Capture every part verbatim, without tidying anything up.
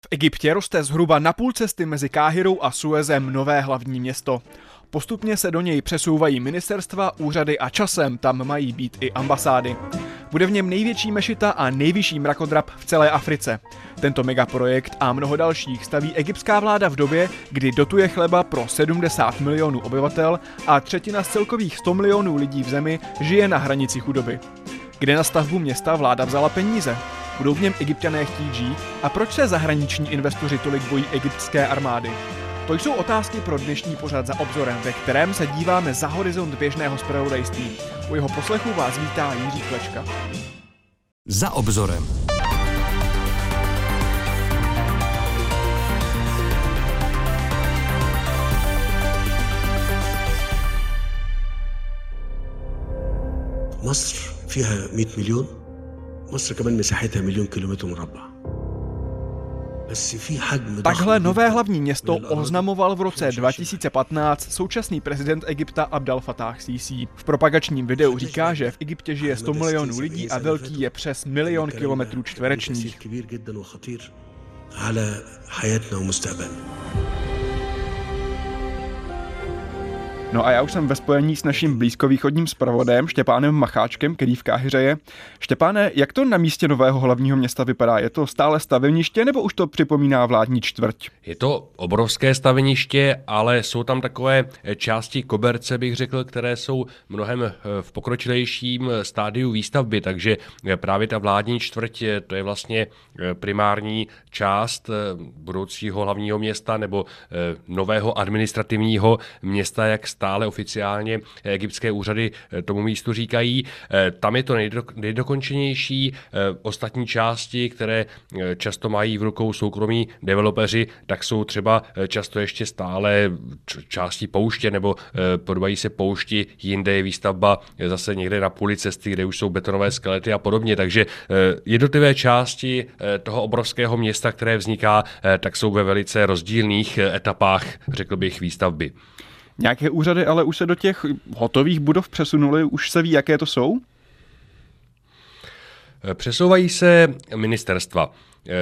V Egyptě roste zhruba na půl cesty mezi Káhirou a Suezem nové hlavní město. Postupně se do něj přesouvají ministerstva, úřady a časem tam mají být i ambasády. Bude v něm největší mešita a nejvyšší mrakodrap v celé Africe. Tento megaprojekt a mnoho dalších staví egyptská vláda v době, kdy dotuje chleba pro sedmdesát milionů obyvatel a třetina z celkových sto milionů lidí v zemi žije na hranici chudoby. Kde na stavbu města vláda vzala peníze? Budou v něm Egypťané chtít žít? A proč se zahraniční investoři tolik bojí egyptské armády? To jsou otázky pro dnešní pořad Za obzorem, ve kterém se díváme za horizont běžného zpravodajství. U jeho poslechu vás vítá Jiří Klečka. Za obzorem. مصر فيها مئة مليون. مصر كمان مساحتها مليون كيلومتر مربع. Takhle nové hlavní město oznamoval v roce dva tisíce patnáct současný prezident Egypta Abdel Fattah Sísí. V propagačním videu říká, že v Egyptě žije sto milionů lidí a velký je přes milion kilometrů čtverečních. No a já už jsem ve spojení s naším blízkovýchodním zpravodajem Štěpánem Macháčkem, který v Káhiře je. Štěpáne, jak to na místě nového hlavního města vypadá? Je to stále staveniště, nebo už to připomíná vládní čtvrť? Je to obrovské staveniště, ale jsou tam takové části koberce, bych řekl, které jsou mnohem v pokročilejším stádiu výstavby, takže právě ta vládní čtvrť, to je vlastně primární část budoucího hlavního města nebo nového administrativního města, jak stále oficiálně egyptské úřady tomu místu říkají. Tam je to nejdokončenější. Ostatní části, které často mají v rukou soukromí developeři, tak jsou třeba často ještě stále části pouště nebo podobají se poušti, jinde je výstavba zase někde na půli cesty, kde už jsou betonové skelety a podobně. Takže jednotlivé části toho obrovského města, které vzniká, tak jsou ve velice rozdílných etapách, řekl bych, výstavby. Nějaké úřady ale už se do těch hotových budov přesunuly, už se ví, jaké to jsou? Přesouvají se ministerstva.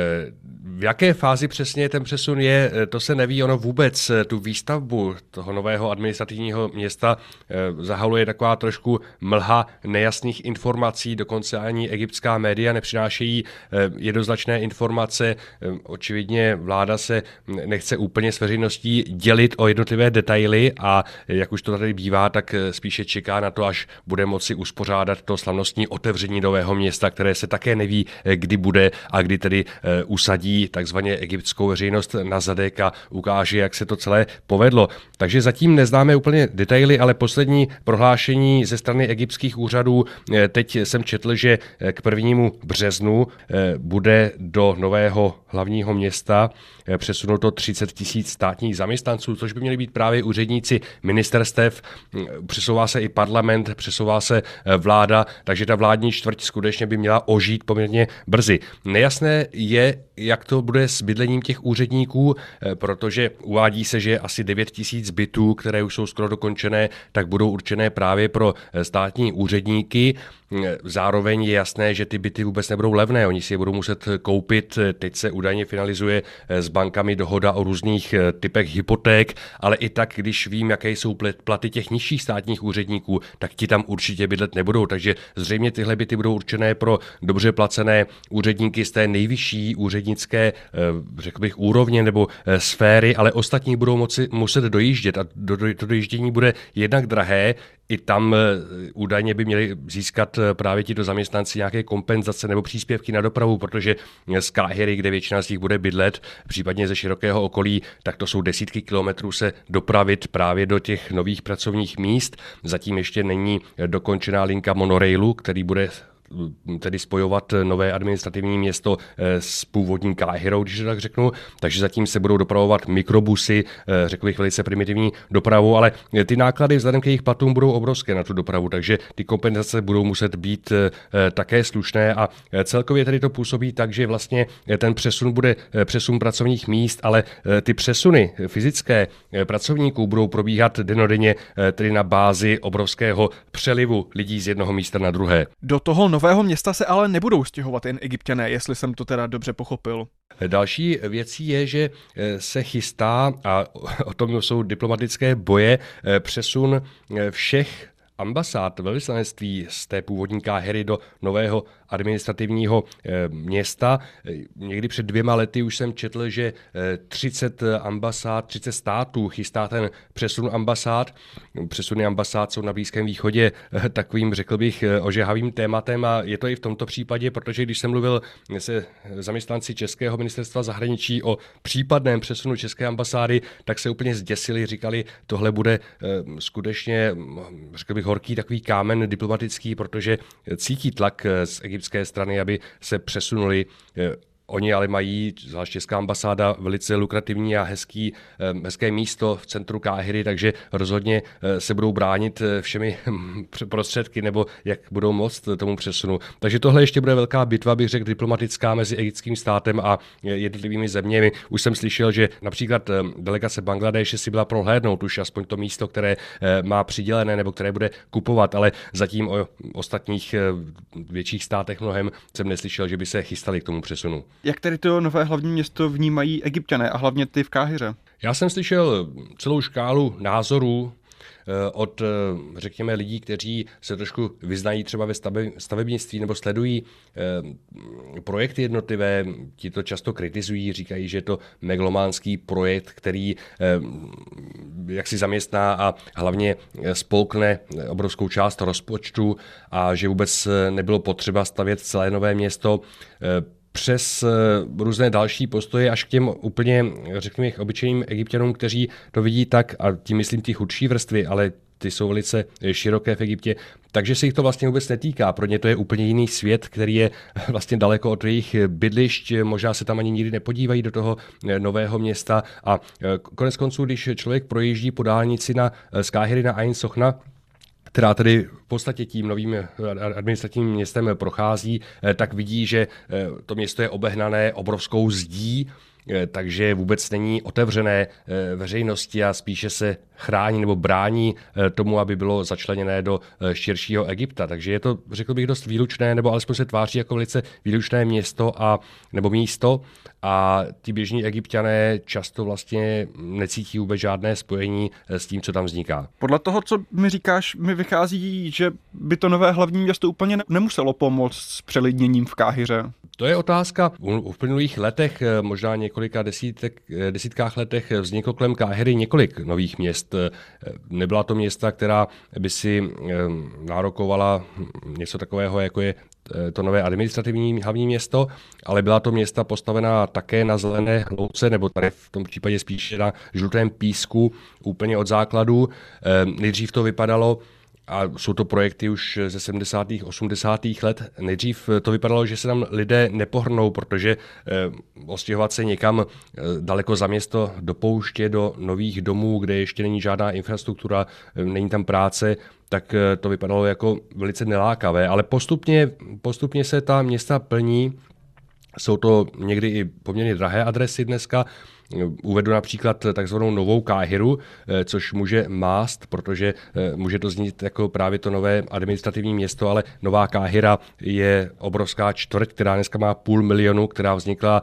V jaké fázi přesně ten přesun je, to se neví. Ono vůbec tu výstavbu toho nového administrativního města zahaluje taková trošku mlha nejasných informací, dokonce ani egyptská média nepřinášejí jednoznačné informace. Očividně vláda se nechce úplně s veřejností dělit o jednotlivé detaily a jak už to tady bývá, tak spíše čeká na to, až bude moci uspořádat to slavnostní otevření nového města, které se také neví, kdy bude a kdy tedy usadí takzvaně egyptskou veřejnost na zadek a ukáže, jak se to celé povedlo. Takže zatím neznáme úplně detaily, ale poslední prohlášení ze strany egyptských úřadů, teď jsem četl, že k prvnímu březnu bude do nového hlavního města přesunuto třicet tisíc státních zaměstnanců, což by měli být právě úředníci ministerstev. Přesouvá se i parlament, přesouvá se vláda, takže ta vládní čtvrť skutečně by měla ožít poměrně brzy. Nejasné je, jak to bude s bydlením těch úředníků, protože uvádí se, že asi devět tisíc bytů, které už jsou skoro dokončené, tak budou určené právě pro státní úředníky. Zároveň je jasné, že ty byty vůbec nebudou levné, oni si je budou muset koupit. Teď se údajně finalizuje s bankami dohoda o různých typech hypoték, ale i tak, když vím, jaké jsou platy těch nižších státních úředníků, tak ti tam určitě bydlet nebudou, takže zřejmě tyhle byty budou určené pro dobře placené úředníky z té nejvyšší úřednické, řekl bych, úrovně nebo sféry, ale ostatní budou moci, muset dojíždět a do, do, to dojíždění bude jednak drahé. I tam údajně by měli získat právě tito zaměstnanci nějaké kompenzace nebo příspěvky na dopravu, protože z Káhiry, kde většina z nich bude bydlet, případně ze širokého okolí, tak to jsou desítky kilometrů se dopravit právě do těch nových pracovních míst. Zatím ještě není dokončená linka monorailu, který bude tedy spojovat nové administrativní město s původní Káhirou, když to tak řeknu. Takže zatím se budou dopravovat mikrobusy, řekl bych velice primitivní dopravu, ale ty náklady vzhledem k jejich platům budou obrovské na tu dopravu, takže ty kompenzace budou muset být také slušné a celkově tedy to působí tak, že vlastně ten přesun bude přesun pracovních míst, ale ty přesuny fyzické pracovníků budou probíhat dennodenně, tedy na bázi obrovského přelivu lidí z jednoho místa na druhé. Do toho Nového Města se ale nebudou stěhovat jen Egypťané, jestli jsem to teda dobře pochopil. Další věcí je, že se chystá, a o tom jsou diplomatické boje, přesun všech ambasád, velvyslanectví z té původní Káhiry do nového administrativního města. Někdy před dvěma lety už jsem četl, že třicet ambasád, třicet států chystá ten přesun ambasád. Přesuny ambasád jsou na Blízkém východě takovým, řekl bych, ožehavým tématem a je to i v tomto případě, protože když jsem mluvil se zaměstnanci Českého ministerstva zahraničí o případném přesunu české ambasády, tak se úplně zděsili, říkali, tohle bude skutečně, řekl bych, horký takový kámen diplomatický, protože cítí tlak z egyptské strany, aby se přesunuli. Oni ale mají, zvlášť česká ambasáda, velice lukrativní a hezký, hezké místo v centru Káhiry, takže rozhodně se budou bránit všemi prostředky, nebo jak budou moct tomu přesunu. Takže tohle ještě bude velká bitva, bych řekl, diplomatická mezi egyptským státem a jednotlivými zeměmi. Už jsem slyšel, že například delegace Bangladéše si byla prohlédnout už aspoň to místo, které má přidělené nebo které bude kupovat, ale zatím o ostatních větších státech mnohem jsem neslyšel, že by se chystali k tomu přesunu. Jak tedy to nové hlavní město vnímají Egypťané a hlavně ty v Káhiře? Já jsem slyšel celou škálu názorů od, řekněme, lidí, kteří se trošku vyznají třeba ve stavebnictví nebo sledují projekty jednotlivé. Ti to často kritizují, říkají, že je to megalománský projekt, který jak si zaměstná a hlavně spolkne obrovskou část rozpočtu a že vůbec nebylo potřeba stavět celé nové město. Přes různé další postoje až k těm úplně, řekněme, obyčejným Egypťanům, kteří to vidí tak, a tím myslím ty chudší vrstvy, ale ty jsou velice široké v Egyptě, takže se jich to vlastně vůbec netýká. Pro ně to je úplně jiný svět, který je vlastně daleko od jejich bydlišť, možná se tam ani nikdy nepodívají do toho nového města a konec konců, když člověk projíždí po dálnici na, z Káhiry na Ain Sochna, která tedy v podstatě tím novým administrativním městem prochází, tak vidí, že to město je obehnané obrovskou zdí, takže vůbec není otevřené veřejnosti a spíše se chrání nebo brání tomu, aby bylo začleněné do širšího Egypta. Takže je to, řekl bych, dost výlučné, nebo alespoň se tváří jako velice výlučné město a, nebo místo a ti běžní Egypťané často vlastně necítí vůbec žádné spojení s tím, co tam vzniká. Podle toho, co mi říkáš, mi vychází, že by to nové hlavní město úplně nemuselo pomoct s přelidněním v Káhiře. To je otázka. V uplynulých letech, možná několika desítek, desítkách letech vzniklo kolem Káhiry několik nových měst. Nebyla to města, která by si nárokovala něco takového, jako je to nové administrativní hlavní město, ale byla to města postavená také na zelené hlouce, nebo tady v tom případě spíše na žlutém písku, úplně od základu. Nejdřív to vypadalo, a jsou to projekty už ze sedmdesátých osmdesátých let. Nejdřív to vypadalo, že se tam lidé nepohrnou, protože eh, ostěhovat se někam eh, daleko za město do pouště, do nových domů, kde ještě není žádná infrastruktura, eh, není tam práce, tak eh, to vypadalo jako velice nelákavé. Ale postupně, postupně se ta města plní. Jsou to někdy i poměrně drahé adresy dneska. Uvedu například takzvanou Novou Káhiru, což může mást, protože může to znít jako právě to nové administrativní město, ale Nová Káhira je obrovská čtvrť, která dneska má půl milionu, která vznikla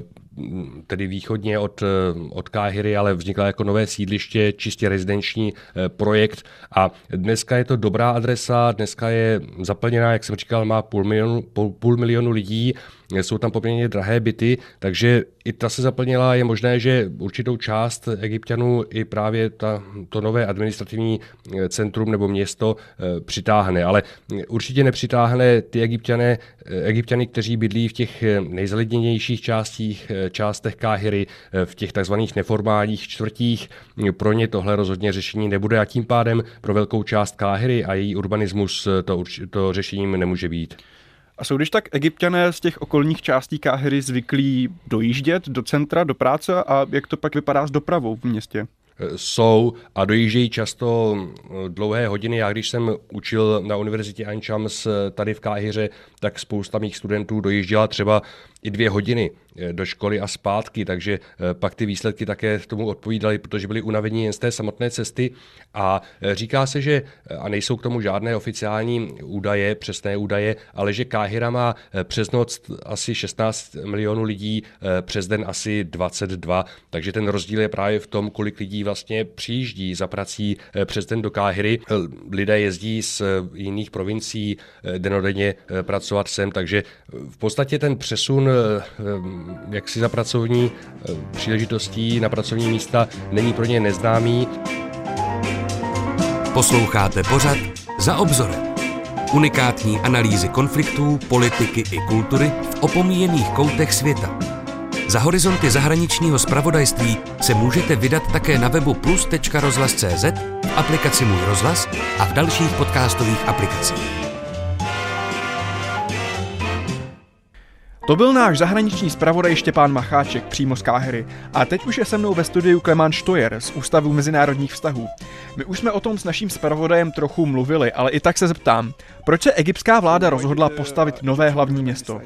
tedy východně od, od Káhiry, ale vznikla jako nové sídliště, čistě rezidenční projekt a dneska je to dobrá adresa, dneska je zaplněná, jak jsem říkal, má půl milionu, půl, půl milionu lidí, jsou tam poměrně drahé byty, takže i ta se zaplnila, je možné, že určitou část Egypťanů i právě ta, to nové administrativní centrum nebo město přitáhne, ale určitě nepřitáhne ty Egypťané, Egypťany, kteří bydlí v těch nejzalidněnějších částích, částech Káhiry, v těch takzvaných neformálních čtvrtích. Pro ně tohle rozhodně řešení nebude a tím pádem pro velkou část Káhiry a její urbanismus to, to řešením nemůže být. A jsou když tak Egypťané z těch okolních částí Káhiry zvyklí dojíždět do centra, do práce a jak to pak vypadá s dopravou v městě? Jsou a dojíždějí často dlouhé hodiny. Já když jsem učil na univerzitě Ain Shams tady v Káhiře, tak spousta mých studentů dojížděla třeba i dvě hodiny do školy a zpátky, takže pak ty výsledky také tomu odpovídaly, protože byli unavení jen z té samotné cesty. A říká se, že, a nejsou k tomu žádné oficiální údaje, přesné údaje, ale že Káhira má přes noc asi šestnáct milionů lidí, přes den asi dvacet dva, takže ten rozdíl je právě v tom, kolik lidí vlastně přijíždí za prací přes den do Káhiry. Lidé jezdí z jiných provincií dennodenně pracovat sem, takže v podstatě ten přesun jaksi za pracovní příležitostí na pracovní místa není pro ně neznámý. Posloucháte pořad Za obzorem. Unikátní analýzy konfliktů, politiky i kultury v opomíjených koutech světa. Za horizonty zahraničního zpravodajství se můžete vydat také na webu plus tečka rozhlas tečka cé zet, v aplikaci Můj rozhlas a v dalších podcastových aplikacích. To byl náš zahraniční zpravodaj Štěpán Macháček přímo z Káhiry. A teď už je se mnou ve studiu Kleman Štojer z Ústavu mezinárodních vztahů. My už jsme o tom s naším zpravodajem trochu mluvili, ale i tak se zeptám, proč se egyptská vláda rozhodla postavit nové hlavní město?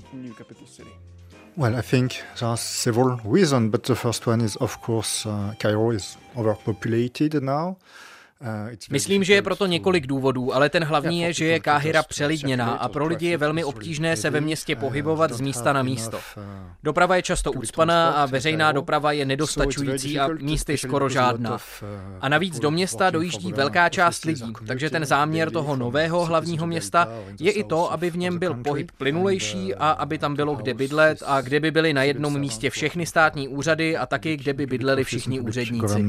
Well, I think there are several reasons, but the first one is, of course, uh, Cairo is overpopulated now. Myslím, že je proto několik důvodů, ale ten hlavní je, že je Káhira přelidněná a pro lidi je velmi obtížné se ve městě pohybovat z místa na místo. Doprava je často ucpaná a veřejná doprava je nedostačující a místy skoro žádná. A navíc do města dojíždí velká část lidí, takže ten záměr toho nového hlavního města je i to, aby v něm byl pohyb plynulejší a aby tam bylo kde bydlet a kde by byly na jednom místě všechny státní úřady a taky kde by bydleli všichni úředníci.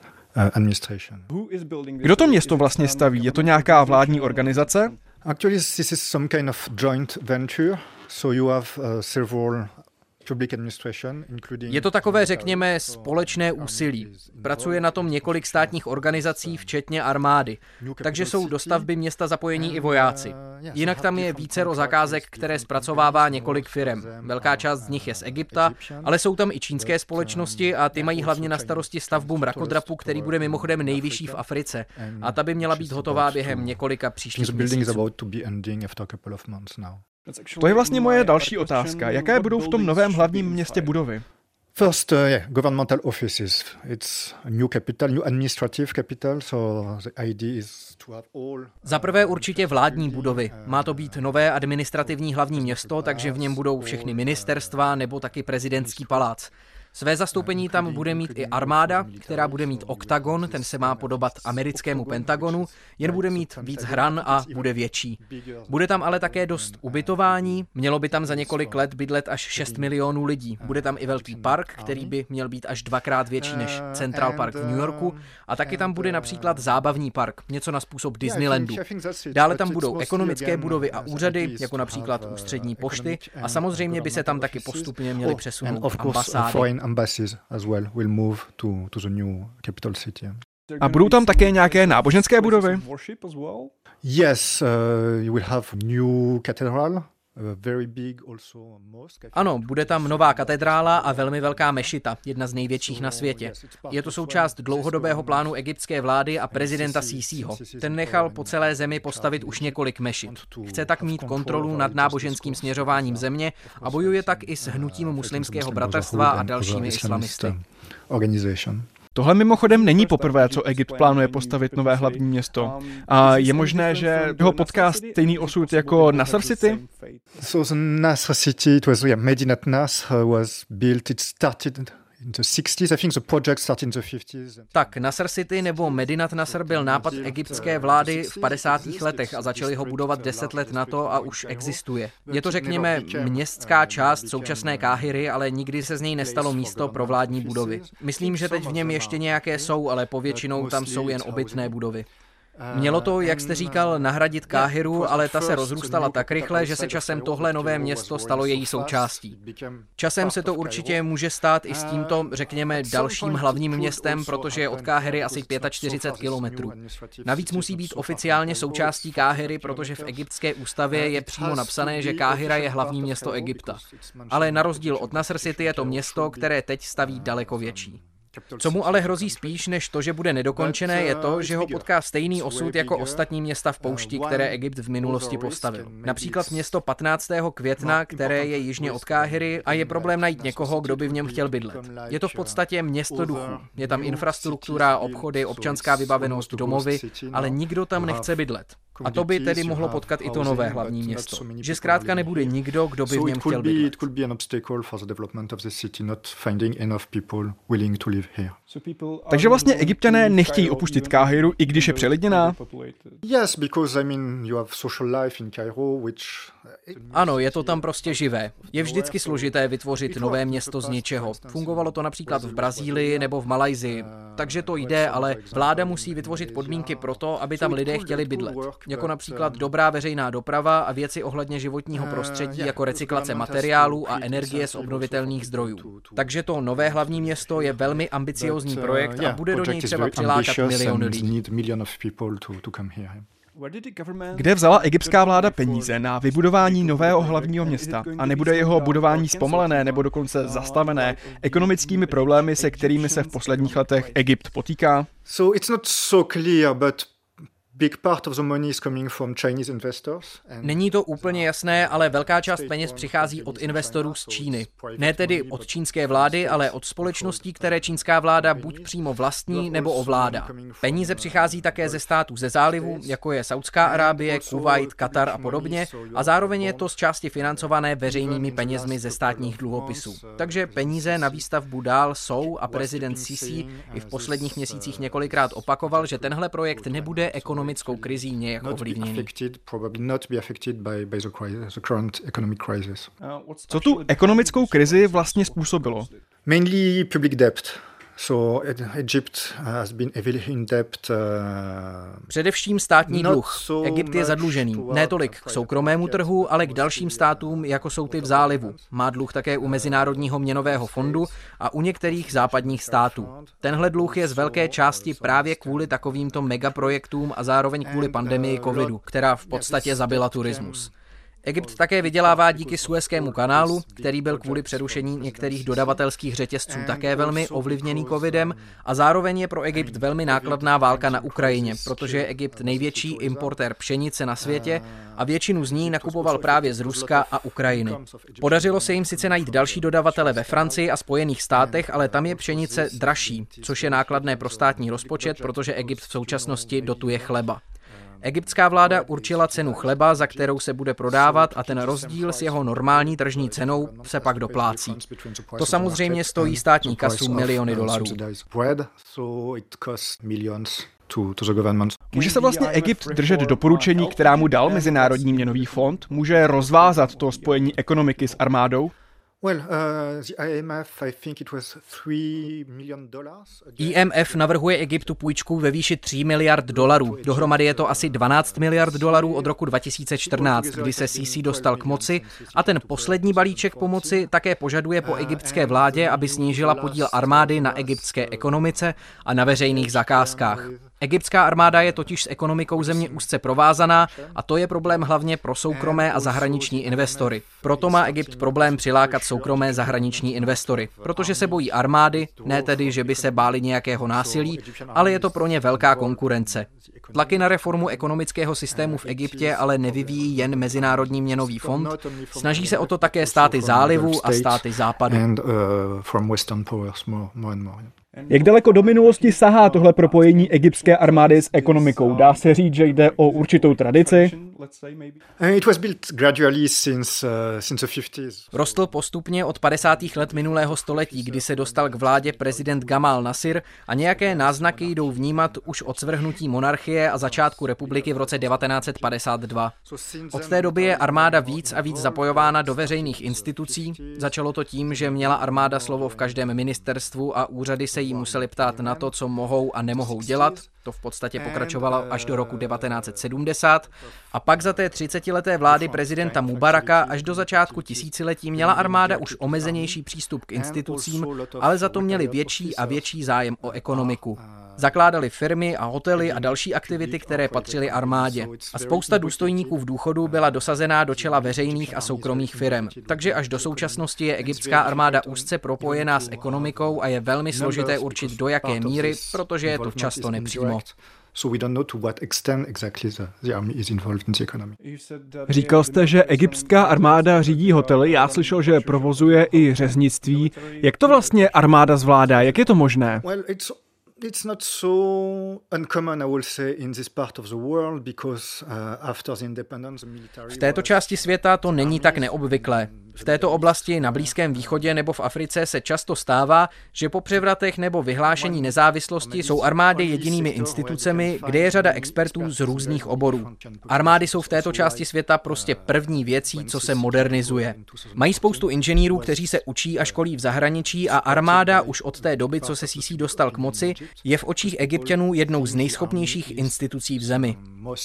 Kdo to město vlastně staví? Je to nějaká vládní organizace? Actually, this is some kind of joint venture. So you have uh, several public administration, including. Je to takové, řekněme, společné úsilí. Pracuje na tom několik státních organizací, včetně armády. Takže jsou do stavby města zapojení i vojáci. Jinak tam je vícero zakázek, které zpracovává několik firem. Velká část z nich je z Egypta, ale jsou tam i čínské společnosti a ty mají hlavně na starosti stavbu mrakodrapu, který bude mimochodem nejvyšší v Africe. A ta by měla být hotová během několika příštích měsíců. To je vlastně moje další otázka. Jaké budou v tom novém hlavním městě budovy? First, uh, yeah, governmental offices. It's a new capital, new administrative capital, so the idea is to have all. Za prvé určitě vládní budovy. Má to být nové administrativní hlavní město, takže v něm budou všechny ministerstva nebo taky prezidentský palác. Své zastoupení tam bude mít i armáda, která bude mít oktagon, ten se má podobat americkému Pentagonu, jen bude mít víc hran a bude větší. Bude tam ale také dost ubytování, mělo by tam za několik let bydlet až šest milionů lidí. Bude tam i velký park, který by měl být až dvakrát větší než Central Park v New Yorku a taky tam bude například zábavní park, něco na způsob Disneylandu. Dále tam budou ekonomické budovy a úřady, jako například ústřední pošty a samozřejmě by se tam taky postupně měly přesunout ambasády. Embassies as well will move to, to the new capital city. A budou tam také nějaké náboženské budovy? Yes, uh, you will have new cathedral. Ano, bude tam nová katedrála a velmi velká mešita, jedna z největších na světě. Je to součást dlouhodobého plánu egyptské vlády a prezidenta Sísího. Ten nechal po celé zemi postavit už několik mešit. Chce tak mít kontrolu nad náboženským směřováním země a bojuje tak i s hnutím muslimského bratrstva a dalšími islamisty. Tohle mimochodem není poprvé, co Egypt plánuje postavit nové hlavní město. A je možné, že ho potká stejný osud jako Nasr City? So the Nasr City, it was yeah, Medinat Nasr was built, it started in the sixties, I think the project started in the fifties. Tak Nasr City nebo Medinat Nasr byl nápad egyptské vlády v padesátých letech a začali ho budovat deset let na to a už existuje. Je to, řekněme, městská část současné Káhiry, ale nikdy se z něj nestalo místo pro vládní budovy. Myslím, že teď v něm ještě nějaké jsou, ale povětšinou tam jsou jen obytné budovy. Mělo to, jak jste říkal, nahradit Káhiru, ale ta se rozrůstala tak rychle, že se časem tohle nové město stalo její součástí. Časem se to určitě může stát i s tímto, řekněme, dalším hlavním městem, protože je od Káhiry asi čtyřicet pět kilometrů. Navíc musí být oficiálně součástí Káhiry, protože v egyptské ústavě je přímo napsané, že Káhira je hlavní město Egypta. Ale na rozdíl od Nasr City je to město, které teď staví daleko větší. Co mu ale hrozí spíš, než to, že bude nedokončené, je to, že ho potká stejný osud jako ostatní města v poušti, které Egypt v minulosti postavil. Například město patnáctého května, které je jižně od Káhiry a je problém najít někoho, kdo by v něm chtěl bydlet. Je to v podstatě město duchů. Je tam infrastruktura, obchody, občanská vybavenost, domovy, ale nikdo tam nechce bydlet. A to by tedy mohlo potkat i to nové hlavní město. Že zkrátka nebude nikdo, kdo by v něm chtěl bydlet. Takže vlastně Egypťané nechtějí opustit Káhiru, i když je přelidněná? Ano, je to tam prostě živé. Je vždycky složité vytvořit nové město z ničeho. Fungovalo to například v Brazílii nebo v Malajsii. Takže to jde, ale vláda musí vytvořit podmínky pro to, aby tam lidé chtěli bydlet. Jako například dobrá veřejná doprava a věci ohledně životního prostředí, jako recyklace materiálů a energie z obnovitelných zdrojů. Takže to nové hlavní město je velmi ambiciózní projekt a bude do něj třeba přilákat miliony lidí. Kde vzala egyptská vláda peníze na vybudování nového hlavního města a nebude jeho budování zpomalené nebo dokonce zastavené ekonomickými problémy, se kterými se v posledních letech Egypt potýká? So it's not so clear, but big part of the money is coming from Chinese investors. Není to úplně jasné, ale velká část peněz přichází od investorů z Číny. Ne tedy od čínské vlády, ale od společností, které čínská vláda buď přímo vlastní nebo ovládá. Peníze přichází také ze států ze zálivu, jako je Saudská Arábie, Kuvajt, Katar a podobně, a zároveň je to z části financované veřejnými penězmi ze státních dluhopisů. Takže peníze na výstavbu dál jsou a prezident Sisi i v posledních měsících několikrát opakoval, že tenhle projekt nebude ekonomický ekonomickou krizí nějak ovlivněný. Co tu ekonomickou krizi vlastně způsobilo? Mainly public debt. So Egypt has been heavily in debt. Uh, Především státní dluh. Egypt je zadlužený. Ne tolik k soukromému trhu, ale k dalším státům, jako jsou ty v zálivu. Má dluh také u Mezinárodního měnového fondu a u některých západních států. Tenhle dluh je z velké části právě kvůli takovýmto megaprojektům a zároveň kvůli pandemii covidu, která v podstatě zabila turismus. Egypt také vydělává díky Suezskému kanálu, který byl kvůli přerušení některých dodavatelských řetězců také velmi ovlivněný covidem, a zároveň je pro Egypt velmi nákladná válka na Ukrajině, protože je Egypt největší importér pšenice na světě a většinu z ní nakupoval právě z Ruska a Ukrajiny. Podařilo se jim sice najít další dodavatele ve Francii a Spojených státech, ale tam je pšenice dražší, což je nákladné pro státní rozpočet, protože Egypt v současnosti dotuje chleba. Egyptská vláda určila cenu chleba, za kterou se bude prodávat, a ten rozdíl s jeho normální tržní cenou se pak doplácí. To samozřejmě stojí státní kasu miliony dolarů. Může se vlastně Egypt držet doporučení, která mu dal Mezinárodní měnový fond? Může rozvázat to spojení ekonomiky s armádou? I M F navrhuje Egyptu půjčku ve výši tří miliard dolarů. Dohromady je to asi dvanáct miliard dolarů od roku dva tisíce čtrnáct, kdy se Sisi dostal k moci, a ten poslední balíček pomoci také požaduje po egyptské vládě, aby snížila podíl armády na egyptské ekonomice a na veřejných zakázkách. Egyptská armáda je totiž s ekonomikou země úzce provázaná a to je problém hlavně pro soukromé a zahraniční investory. Proto má Egypt problém přilákat soukromé zahraniční investory, protože se bojí armády, ne tedy, že by se báli nějakého násilí, ale je to pro ně velká konkurence. Tlaky na reformu ekonomického systému v Egyptě ale nevyvíjí jen Mezinárodní měnový fond, snaží se o to také státy zálivu a státy západu. Jak daleko do minulosti sahá tohle propojení egyptské armády s ekonomikou? Dá se říct, že jde o určitou tradici? Rostl postupně od padesátých let minulého století, kdy se dostal k vládě prezident Gamal Nasir, a nějaké náznaky jdou vnímat už od svrhnutí monarchie a začátku republiky v roce devatenáct set padesát dva. Od té doby je armáda víc a víc zapojována do veřejných institucí. Začalo to tím, že měla armáda slovo v každém ministerstvu a úřady se jí museli ptát na to, co mohou a nemohou dělat. To v podstatě pokračovalo až do roku devatenáct set sedmdesát. A pak za té třicetileté vlády prezidenta Mubaraka až do začátku tisíciletí měla armáda už omezenější přístup k institucím, ale za to měli větší a větší zájem o ekonomiku. Zakládali firmy a hotely a další aktivity, které patřily armádě. A spousta důstojníků v důchodu byla dosazená do čela veřejných a soukromých firem. Takže až do současnosti je egyptská armáda úzce propojená s ekonomikou a je velmi složité určit do jaké míry, protože je to často nepřímo. So we don't know to what extent exactly the, the army is involved in the economy. Říkal jste, že egyptská armáda řídí hotely, já slyšel, že provozuje i řeznictví. Jak to vlastně armáda zvládá? Jak je to možné? Well, it's It's not so uncommon, I will say, in this part of the world because uh, after the independence, the military. V této části světa to není tak neobvyklé. V této oblasti na Blízkém východě nebo v Africe se často stává, že po převratech nebo vyhlášení nezávislosti jsou armády jedinými institucemi, kde je řada expertů z různých oborů. Armády jsou v této části světa prostě první věcí, co se modernizuje. Mají spoustu inženýrů, kteří se učí a školí v zahraničí a armáda už od té doby, co se Sísí dostal k moci, je v očích Egypťanů jednou z nejschopnějších institucí v zemi.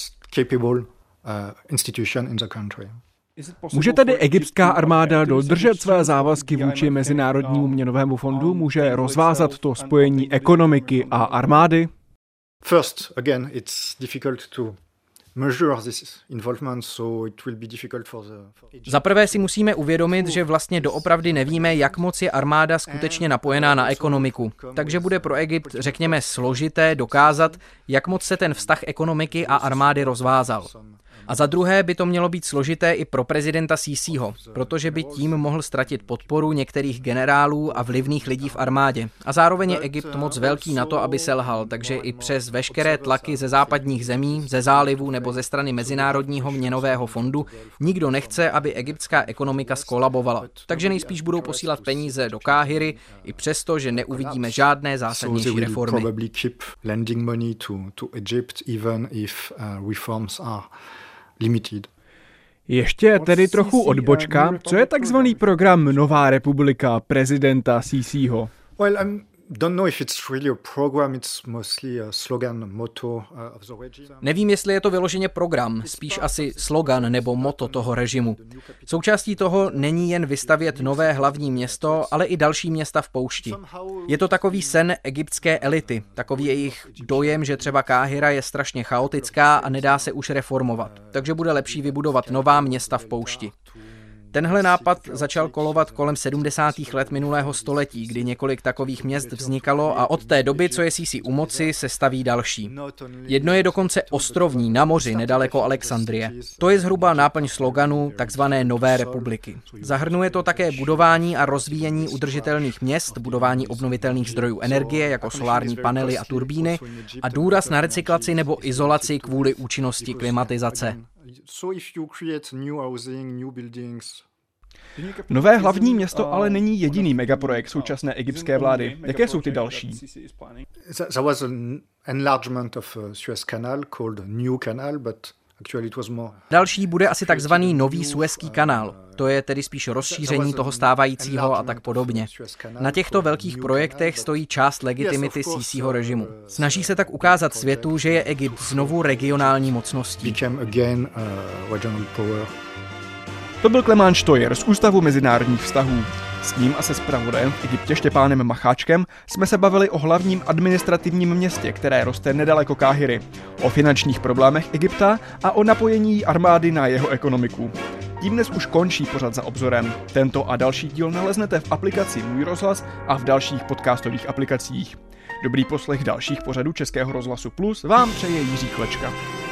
Může tedy egyptská armáda dodržet své závazky vůči Mezinárodnímu měnovému fondu? Může rozvázat to spojení ekonomiky a armády? First, again, it's difficult to measure this involvement, so it will be difficult for the. Za prvé si musíme uvědomit, že vlastně doopravdy nevíme, jak moc je armáda skutečně napojená na ekonomiku. Takže bude pro Egypt, řekněme, složité dokázat, jak moc se ten vztah ekonomiky a armády rozvázal. A za druhé by to mělo být složité i pro prezidenta Sísího, protože by tím mohl ztratit podporu některých generálů a vlivných lidí v armádě. A zároveň je Egypt moc velký na to, aby selhal, takže i přes veškeré tlaky ze západních zemí, ze zálivu nebo ze strany Mezinárodního měnového fondu nikdo nechce, aby egyptská ekonomika skolabovala. Takže nejspíš budou posílat peníze do Káhiry, i přesto, že neuvidíme žádné zásadnější reformy. Limited. Ještě tedy trochu odbočka. Co je takzvaný program Nová republika prezidenta Sísího? Well, I don't know if it's really a program, it's mostly a slogan, motto of the regime. Nevím, jestli je to vyloženě program, spíš asi slogan nebo motto toho režimu. Součástí toho není jen vystavět nové hlavní město, ale i další města v poušti. Je to takový sen egyptské elity, takový jejich dojem, že třeba Káhira je strašně chaotická a nedá se už reformovat, takže bude lepší vybudovat nová města v poušti. Tenhle nápad začal kolovat kolem sedmdesátých let minulého století, kdy několik takových měst vznikalo a od té doby, co je Sísí u moci, se staví další. Jedno je dokonce ostrovní na moři nedaleko Alexandrie. To je zhruba náplň sloganu takzvané Nové republiky. Zahrnuje to také budování a rozvíjení udržitelných měst, budování obnovitelných zdrojů energie jako solární panely a turbíny a důraz na recyklaci nebo izolaci kvůli účinnosti klimatizace. Nové hlavní město ale není jediný megaprojekt současné egyptské vlády. Jaké jsou ty další? There was an enlargement of Suez Canal called New Canal, but actually it was more. Další bude asi takzvaný nový Suezský kanál. To je tedy spíš rozšíření toho stávajícího a tak podobně. Na těchto velkých projektech stojí část legitimity Sísího režimu. Snaží se tak ukázat světu, že je Egypt znovu regionální mocností. To byl Klemán Štojer z Ústavu mezinárodních vztahů. S ním a se zpravodajem v Egyptě Štěpánem Macháčkem jsme se bavili o hlavním administrativním městě, které roste nedaleko Káhiry, o finančních problémech Egypta a o napojení armády na jeho ekonomiku. Tím dnes už končí pořad Za obzorem. Tento a další díl naleznete v aplikaci Můj rozhlas a v dalších podcastových aplikacích. Dobrý poslech dalších pořadů Českého rozhlasu Plus vám přeje Jiří Klečka.